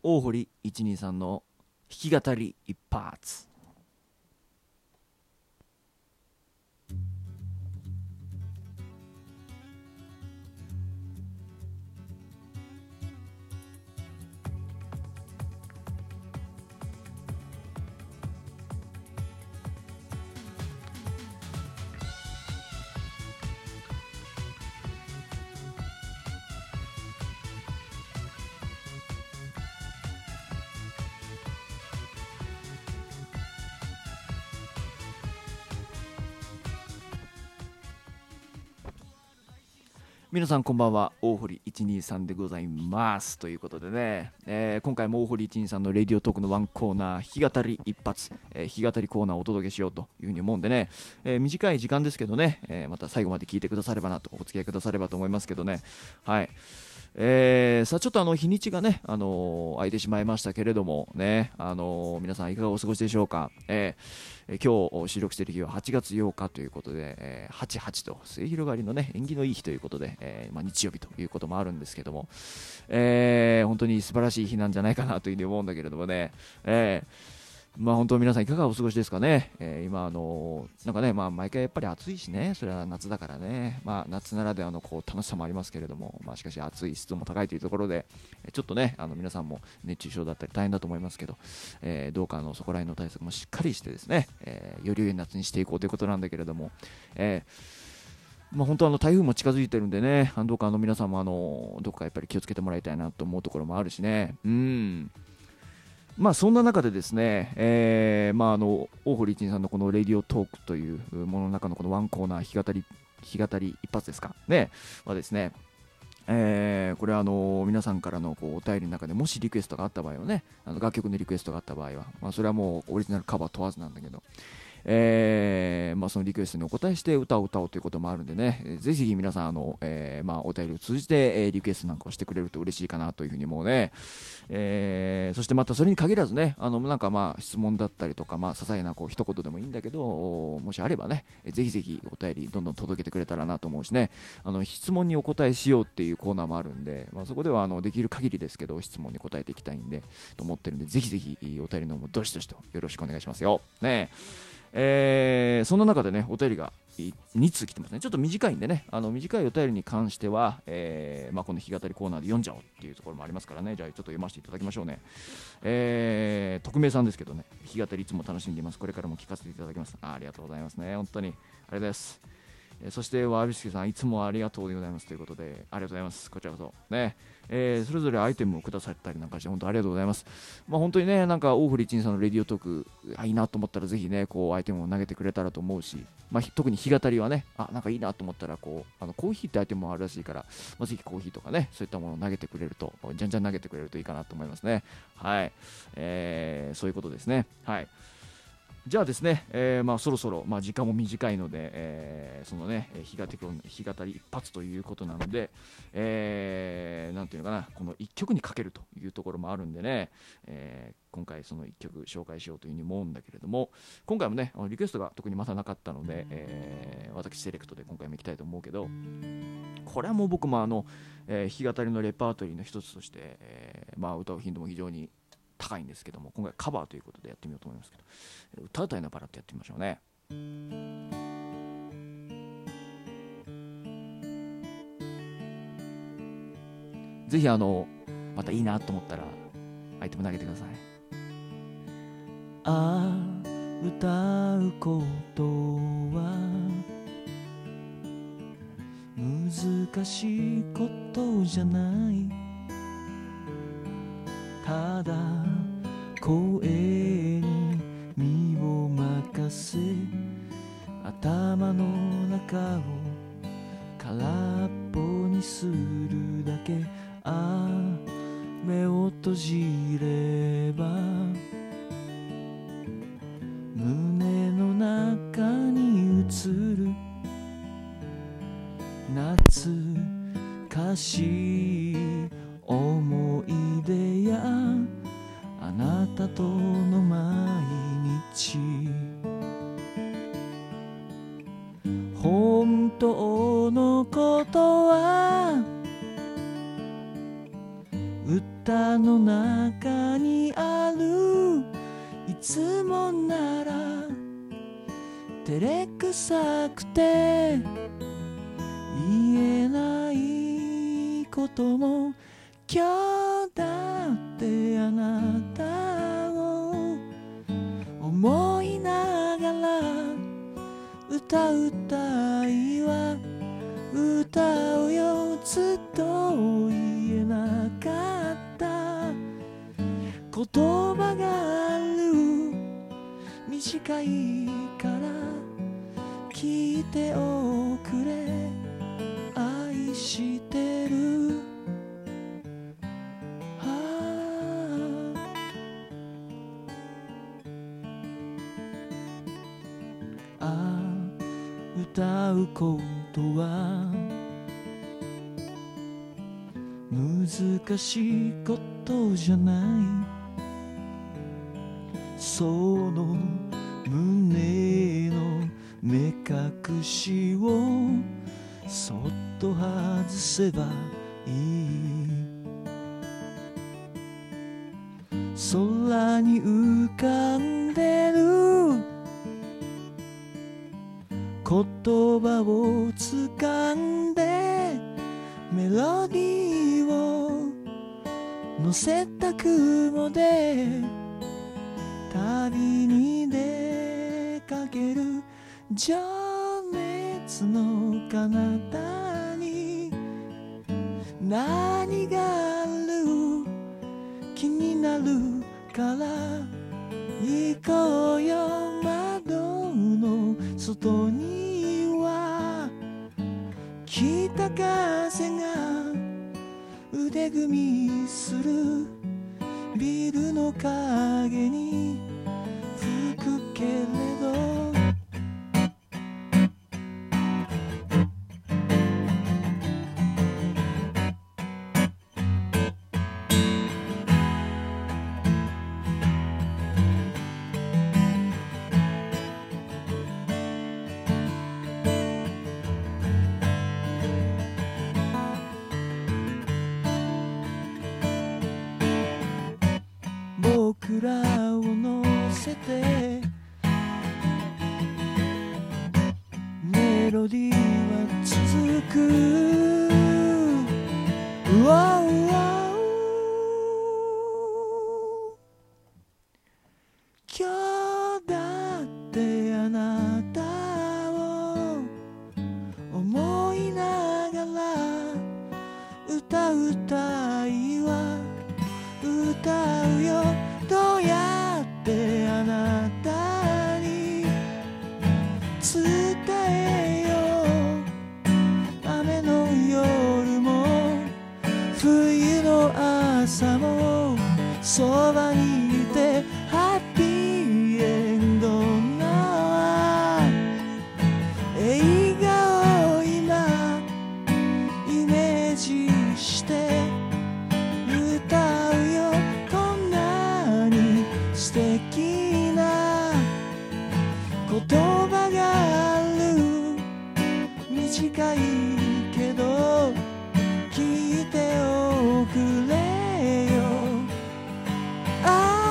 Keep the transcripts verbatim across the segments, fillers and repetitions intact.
大堀いちにさんの弾き語り一発。皆さんこんばんは、大堀いちにさんでございますということでね、えー、今回も大堀いちにさんのレディオトークのワンコーナー、弾き語り一発、えー、弾き語りコーナーをお届けしようというふうに思うんでね、えー、短い時間ですけどね、えー、また最後まで聞いてくださればなと、お付き合いくださればと思いますけどね。はい、えー、さあちょっとあの日にちがね、あのー、空いてしまいましたけれどもね、あのー、皆さんいかがお過ごしでしょうか。えーえー、今日収録している日ははちがつようかということで、えー、はちはちと末広がりのね、縁起のいい日ということで、えーまあ、日曜日ということもあるんですけども、えー、本当に素晴らしい日なんじゃないかなというふうに思うんだけれどもね、えーまあ本当皆さんいかがお過ごしですかね。えー、今あのー、なんかね、まあ毎回やっぱり暑いしね、それは夏だからね、まあ夏ならではのこう楽しさもありますけれども、まあしかし暑い、湿度も高いというところで、ちょっとね、あの皆さんも熱中症だったり大変だと思いますけど、えー、どうかあのそこら辺の対策もしっかりしてですね、えー、より良い夏にしていこうということなんだけれども、えーまあ、本当あの台風も近づいてるんでね、どうかあの皆さんもあのどこかやっぱり気をつけてもらいたいなと思うところもあるしね。うんまあそんな中でですね、えー、まああの大堀いちにさんのこのレディオトークというものの中のこのワンコーナー弾き語り弾き語り一発ですかねはですね、えー、これはあの皆さんからのこうお便りの中でもしリクエストがあった場合はね、あの楽曲のリクエストがあった場合は、まあ、それはもうオリジナルカバー問わずなんだけど、えーまあ、そのリクエストにお答えして歌を歌おうということもあるんでね、えーぜひぜひ皆さんあの、えーまあ、お便りを通じて、えーリクエストなんかをしてくれると嬉しいかなというふうに思うね。えーそしてまたそれに限らずね、あのなんかまあ質問だったりとか、まあ、些細なこう一言でもいいんだけど、もしあればね、えーぜひぜひお便りどんどん届けてくれたらなと思うしね、あの質問にお答えしようっていうコーナーもあるんで、まあ、そこではあのできる限りですけど質問に答えていきたいんでと思ってるんで、ぜひぜひお便りの方もどしどしとよろしくお願いしますよ。ねえー、そんな中でね、お便りがに通来てますね。ちょっと短いんでね、あの短いお便りに関しては、えーまあ、この弾き語りコーナーで読んじゃおうっていうところもありますからね、じゃあちょっと読ませていただきましょうね。えー、匿名さんですけどね、弾き語りいつも楽しんでいます。これからも聞かせていただきます。 あ, ありがとうございますね、本当にありがとうございます。えー、そしてわびすけさん、いつもありがとうでございますということで、ありがとうございます。こちらこそね、えー、それぞれアイテムをくださったりなんかして本当ありがとうございます。まあ、本当にね、なんか大堀一二さんのレディオトークあいいなと思ったらぜひね、こうアイテムを投げてくれたらと思うし、まあ、特に弾き語りはね、あ、なんかいいなと思ったらこうあのコーヒーってアイテムもあるらしいから、まあ、ぜひコーヒーとかね、そういったものを投げてくれると、じゃんじゃん投げてくれるといいかなと思いますね。はい、えー、そういうことですね。はい。じゃあですね、えーまあ、そろそろ、まあ、時間も短いので、えー、そのね、弾き語り一発ということなので、えー、なんていうのかな、この一曲にかけるというところもあるんでね、えー、今回その一曲紹介しようというふうに思うんだけれども、今回もね、リクエストが特にまだなかったので、えー、私セレクトで今回もいきたいと思うけど、これはもう僕もあの、えー、弾き語りのレパートリーの一つとして、えーまあ、歌う頻度も非常に高いんですけども、今回カバーということでやってみようと思いますけど、歌うたいのバラってやってみましょうね。ぜひあのまたいいなと思ったらアイテム投げてください。ああ、歌うことは難しいことじゃない、ただ声に身を任せ頭の中を空っぽにするだけ。ああ、目を閉じれば胸の中に映る懐かしい思い出やあなたとの毎日、本当のことは歌の中にあるいつもなら照れくさくて言えないことも今日だってあなたを思いながら歌うたいは歌うよずっと言えなかった言葉がある短いから聞いておくれ愛してるああ歌うことは難しいことじゃないその胸の目隠しをそっと外せばいい空に浮かんでる言葉を掴んでメロディーを乗せた雲で旅に出かける情熱の彼方に何がある気になるから行こうよ窓の外には北風が腕組みするビルの影に吹くけれど僕らを乗せてメロディーは続くうわうわ今日だってあなたを思いながら歌うたいわ歌うよどうやってあなたに伝えよう雨の夜も冬の朝もそばにいてハッピーエンドな笑顔を今イメージして歌うよこんなに素敵な言葉がある短いけど聞いておくれよあ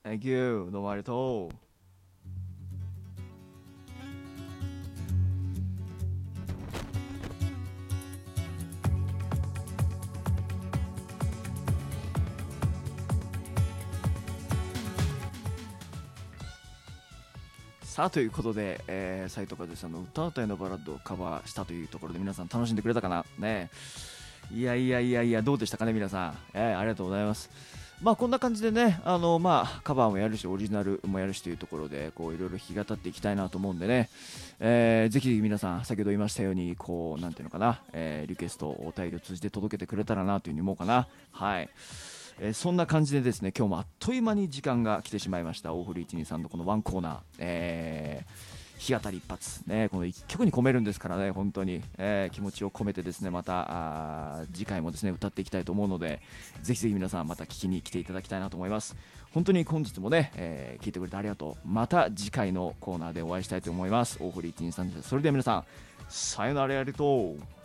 Thank you どうもありがとう。さあということで、えー、斉藤和義さんの歌うたいのバラッドをカバーしたというところで皆さん楽しんでくれたかなね。いやいやいやいやどうでしたかね皆さん、えー、ありがとうございます。まあこんな感じでねあのまあカバーもやるしオリジナルもやるしというところでこういろいろ弾き語っていきたいなと思うんでね、えー、ぜひ皆さん先ほど言いましたようにこうなんていうのかな、えー、リクエストをお便りを通じて届けてくれたらなというふうに思うかな。はい、えー、そんな感じでですね今日もあっという間に時間が来てしまいました。大堀いちにさんのこのワンコーナー、えー日当たり一発、ね、このいっきょくに込めるんですからね本当に、えー、気持ちを込めてですねまたあ次回もですね歌っていきたいと思うのでぜひぜひ皆さんまた聞きに来ていただきたいなと思います。本当に本日もね、えー、聞いてくれてありがとう。また次回のコーナーでお会いしたいと思います。大堀いちにさんです。それでは皆さんさよならありがとう。